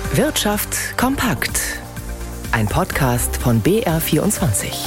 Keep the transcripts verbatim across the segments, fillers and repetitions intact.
Wirtschaft kompakt. Ein Podcast von B R vierundzwanzig.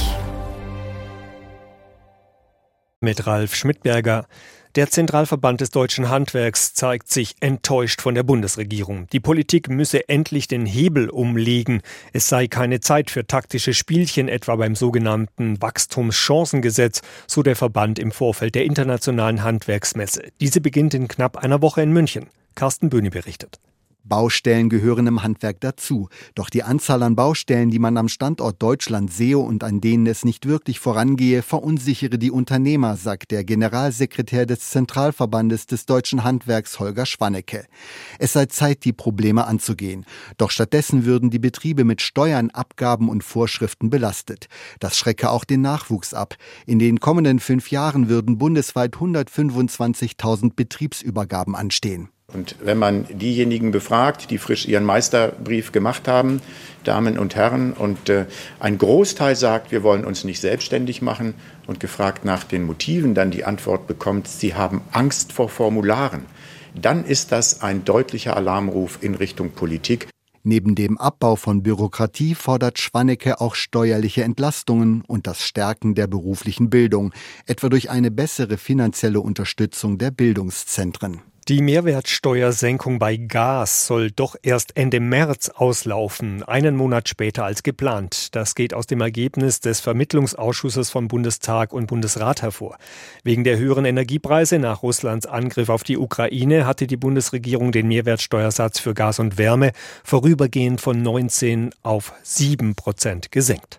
Mit Ralf Schmidberger. Der Zentralverband des deutschen Handwerks zeigt sich enttäuscht von der Bundesregierung. Die Politik müsse endlich den Hebel umlegen. Es sei keine Zeit für taktische Spielchen, etwa beim sogenannten Wachstumschancengesetz, so der Verband im Vorfeld der Internationalen Handwerksmesse. Diese beginnt in knapp einer Woche in München. Carsten Böhni berichtet. Baustellen gehören im Handwerk dazu. Doch die Anzahl an Baustellen, die man am Standort Deutschland sehe und an denen es nicht wirklich vorangehe, verunsichere die Unternehmer, sagt der Generalsekretär des Zentralverbandes des deutschen Handwerks, Holger Schwannecke. Es sei Zeit, die Probleme anzugehen. Doch stattdessen würden die Betriebe mit Steuern, Abgaben und Vorschriften belastet. Das schrecke auch den Nachwuchs ab. In den kommenden fünf Jahren würden bundesweit hundertfünfundzwanzigtausend Betriebsübergaben anstehen. Und wenn man diejenigen befragt, die frisch ihren Meisterbrief gemacht haben, Damen und Herren, und äh, ein Großteil sagt, wir wollen uns nicht selbstständig machen, und gefragt nach den Motiven dann die Antwort bekommt, sie haben Angst vor Formularen, dann ist das ein deutlicher Alarmruf in Richtung Politik. Neben dem Abbau von Bürokratie fordert Schwannecke auch steuerliche Entlastungen und das Stärken der beruflichen Bildung, etwa durch eine bessere finanzielle Unterstützung der Bildungszentren. Die Mehrwertsteuersenkung bei Gas soll doch erst Ende März auslaufen, einen Monat später als geplant. Das geht aus dem Ergebnis des Vermittlungsausschusses von Bundestag und Bundesrat hervor. Wegen der höheren Energiepreise nach Russlands Angriff auf die Ukraine hatte die Bundesregierung den Mehrwertsteuersatz für Gas und Wärme vorübergehend von neunzehn auf sieben Prozent gesenkt.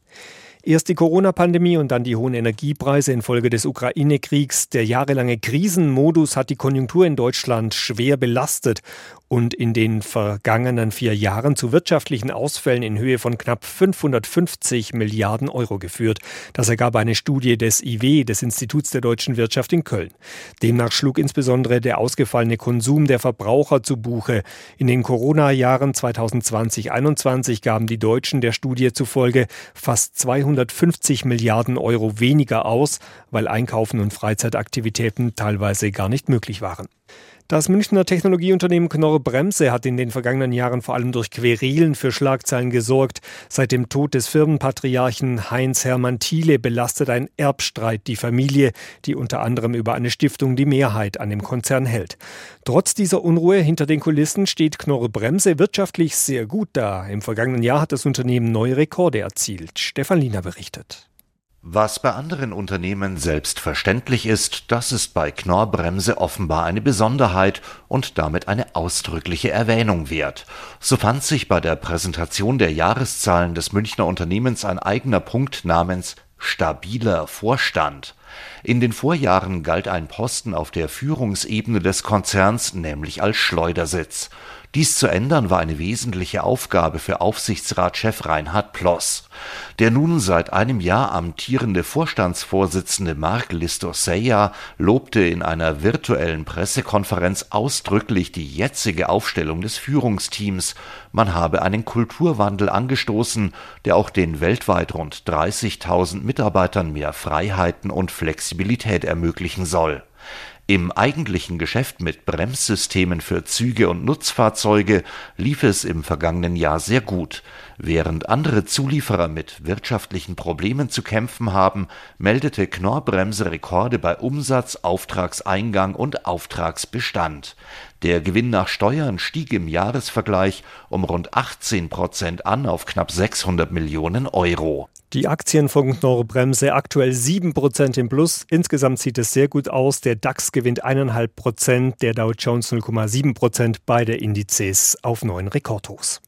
Erst die Corona-Pandemie und dann die hohen Energiepreise infolge des Ukraine-Kriegs. Der jahrelange Krisenmodus hat die Konjunktur in Deutschland schwer belastet und in den vergangenen vier Jahren zu wirtschaftlichen Ausfällen in Höhe von knapp fünfhundertfünfzig Milliarden Euro geführt. Das ergab eine Studie des I W, des Instituts der deutschen Wirtschaft in Köln. Demnach schlug insbesondere der ausgefallene Konsum der Verbraucher zu Buche. In den Corona-Jahren zweitausendzwanzig einundzwanzig gaben die Deutschen der Studie zufolge fast zweihundertfünfzig Milliarden Euro weniger aus, weil Einkaufen und Freizeitaktivitäten teilweise gar nicht möglich waren. Das Münchner Technologieunternehmen Knorr-Bremse hat in den vergangenen Jahren vor allem durch Querelen für Schlagzeilen gesorgt. Seit dem Tod des Firmenpatriarchen Heinz-Hermann Thiele belastet ein Erbstreit die Familie, die unter anderem über eine Stiftung die Mehrheit an dem Konzern hält. Trotz dieser Unruhe hinter den Kulissen steht Knorr-Bremse wirtschaftlich sehr gut da. Im vergangenen Jahr hat das Unternehmen neue Rekorde erzielt. Stefan Liener berichtet. Was bei anderen Unternehmen selbstverständlich ist, das ist bei Knorr-Bremse offenbar eine Besonderheit und damit eine ausdrückliche Erwähnung wert. So fand sich bei der Präsentation der Jahreszahlen des Münchner Unternehmens ein eigener Punkt namens stabiler Vorstand. In den Vorjahren galt ein Posten auf der Führungsebene des Konzerns nämlich als Schleudersitz. Dies zu ändern war eine wesentliche Aufgabe für Aufsichtsratschef Reinhard Ploss. Der nun seit einem Jahr amtierende Vorstandsvorsitzende Marc Listoseja lobte in einer virtuellen Pressekonferenz ausdrücklich die jetzige Aufstellung des Führungsteams. Man habe einen Kulturwandel angestoßen, der auch den weltweit rund dreißigtausend Mitarbeitern mehr Freiheiten und Flexibilität ermöglichen soll. Im eigentlichen Geschäft mit Bremssystemen für Züge und Nutzfahrzeuge lief es im vergangenen Jahr sehr gut. Während andere Zulieferer mit wirtschaftlichen Problemen zu kämpfen haben, meldete Knorr-Bremse Rekorde bei Umsatz, Auftragseingang und Auftragsbestand. Der Gewinn nach Steuern stieg im Jahresvergleich um rund achtzehn Prozent an auf knapp sechshundert Millionen Euro. Die Aktien von Knorr-Bremse aktuell sieben Prozent im Plus. Insgesamt sieht es sehr gut aus. Der DAX gewinnt eins Komma fünf Prozent, der Dow Jones null Komma sieben Prozent. Beide Indizes auf neuen Rekordhochs.